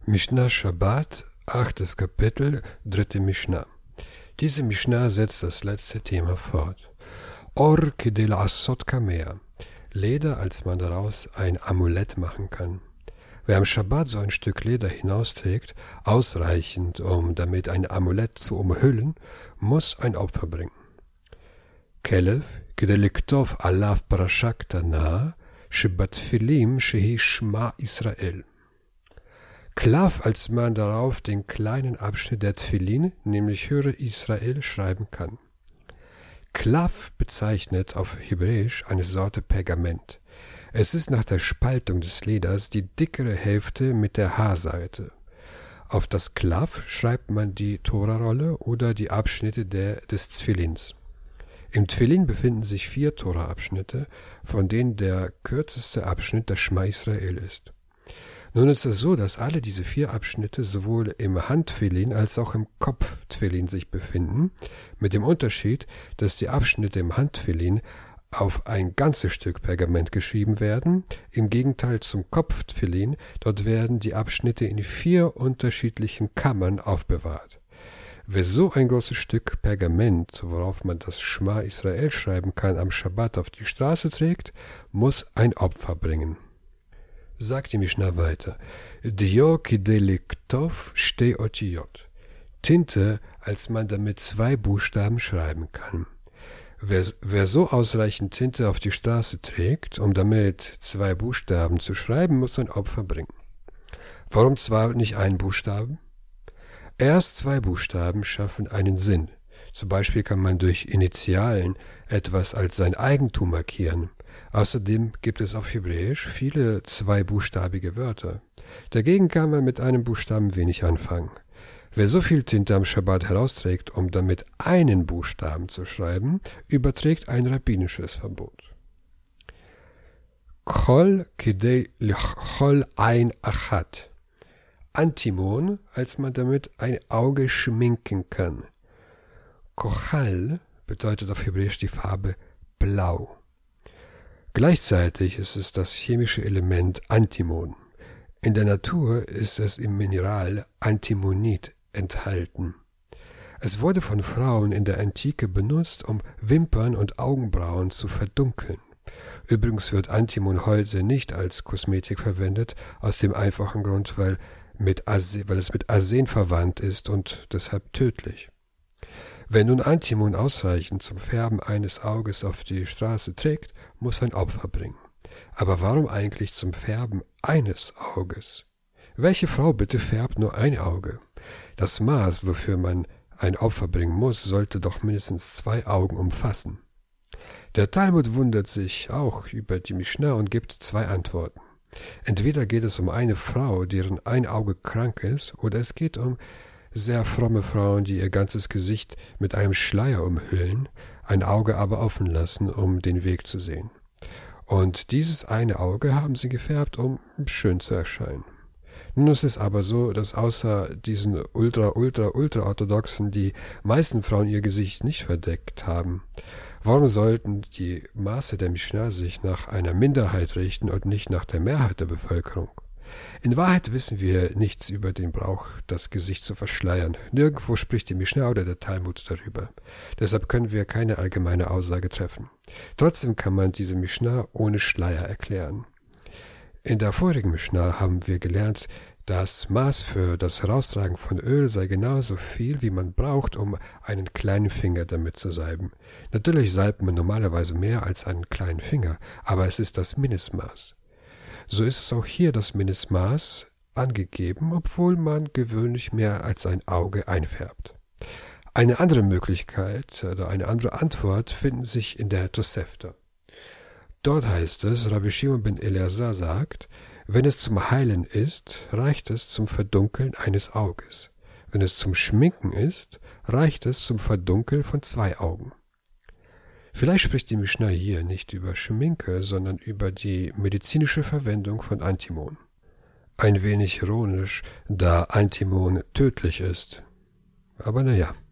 Mishnah Shabbat, 8. Kapitel, 3. Mishnah. Diese Mishnah setzt das letzte Thema fort. Or kedei la'asot kamea. Leder, als man daraus ein Amulett machen kann. Wer am Shabbat so ein Stück Leder hinausträgt, ausreichend, um damit ein Amulett zu umhüllen, muss ein Opfer bringen. Kelev, kedei liktov alav parashat ktana, shebatfilim shehi Shma Israel. Klav, als man darauf den kleinen Abschnitt der Tfilin, nämlich Höre Israel, schreiben kann. Klav bezeichnet auf Hebräisch eine Sorte Pergament. Es ist nach der Spaltung des Leders die dickere Hälfte mit der Haarseite. Auf das Klav schreibt man die Torarolle oder die Abschnitte des Tfilins. Im Tfilin befinden sich 4 Tora-Abschnitte, von denen der kürzeste Abschnitt das Shma Israel ist. Nun ist es so, dass alle diese 4 Abschnitte sowohl im Handtfilin als auch im Kopftfilin sich befinden, mit dem Unterschied, dass die Abschnitte im Handtfilin auf ein ganzes Stück Pergament geschrieben werden. Im Gegenteil zum Kopftfilin, dort werden die Abschnitte in 4 unterschiedlichen Kammern aufbewahrt. Wer so ein großes Stück Pergament, worauf man das Shma Israel schreiben kann, am Schabbat auf die Straße trägt, muss ein Opfer bringen. Sagt die Mishnah weiter. Dio kedei liktov shtei otiyot. Tinte, als man damit 2 Buchstaben schreiben kann. Wer so ausreichend Tinte auf die Straße trägt, um damit 2 Buchstaben zu schreiben, muss ein Opfer bringen. Warum zwar nicht ein Buchstaben? Erst 2 Buchstaben schaffen einen Sinn. Zum Beispiel kann man durch Initialen etwas als sein Eigentum markieren. Außerdem gibt es auf Hebräisch viele 2-buchstabige Wörter. Dagegen kann man mit einem Buchstaben wenig anfangen. Wer so viel Tinte am Schabbat herausträgt, um damit einen Buchstaben zu schreiben, überträgt ein rabbinisches Verbot. Chol kedei lichol ein achat. Antimon, als man damit ein Auge schminken kann. Kochal bedeutet auf Hebräisch die Farbe blau. Gleichzeitig ist es das chemische Element Antimon. In der Natur ist es im Mineral Antimonit enthalten. Es wurde von Frauen in der Antike benutzt, um Wimpern und Augenbrauen zu verdunkeln. Übrigens wird Antimon heute nicht als Kosmetik verwendet, aus dem einfachen Grund, weil es mit Arsen verwandt ist und deshalb tödlich. Wer nun Antimon ausreichend zum Färben eines Auges auf die Straße trägt, muss ein Opfer bringen. Aber warum eigentlich zum Färben eines Auges? Welche Frau bitte färbt nur ein Auge? Das Maß, wofür man ein Opfer bringen muss, sollte doch mindestens 2 Augen umfassen. Der Talmud wundert sich auch über die Mishnah und gibt 2 Antworten. Entweder geht es um eine Frau, deren ein Auge krank ist, oder es geht um sehr fromme Frauen, die ihr ganzes Gesicht mit einem Schleier umhüllen, ein Auge aber offen lassen, um den Weg zu sehen. Und dieses eine Auge haben sie gefärbt, um schön zu erscheinen. Nun ist es aber so, dass außer diesen ultra-orthodoxen die meisten Frauen ihr Gesicht nicht verdeckt haben. Warum sollten die Maße der Mishnah sich nach einer Minderheit richten und nicht nach der Mehrheit der Bevölkerung? In Wahrheit wissen wir nichts über den Brauch, das Gesicht zu verschleiern. Nirgendwo spricht die Mishnah oder der Talmud darüber. Deshalb können wir keine allgemeine Aussage treffen. Trotzdem kann man diese Mishnah ohne Schleier erklären. In der vorigen Mishnah haben wir gelernt, das Maß für das Heraustragen von Öl sei genauso viel, wie man braucht, um einen kleinen Finger damit zu salben. Natürlich salbt man normalerweise mehr als einen kleinen Finger, aber es ist das Mindestmaß. So ist es auch hier das Mindestmaß angegeben, obwohl man gewöhnlich mehr als ein Auge einfärbt. Eine andere Möglichkeit oder eine andere Antwort finden sich in der Tosefta. Dort heißt es, Rabbi Shimon ben Elazar sagt, wenn es zum Heilen ist, reicht es zum Verdunkeln eines Auges. Wenn es zum Schminken ist, reicht es zum Verdunkeln von 2 Augen. Vielleicht spricht die Mishnah hier nicht über Schminke, sondern über die medizinische Verwendung von Antimon. Ein wenig ironisch, da Antimon tödlich ist. Aber naja.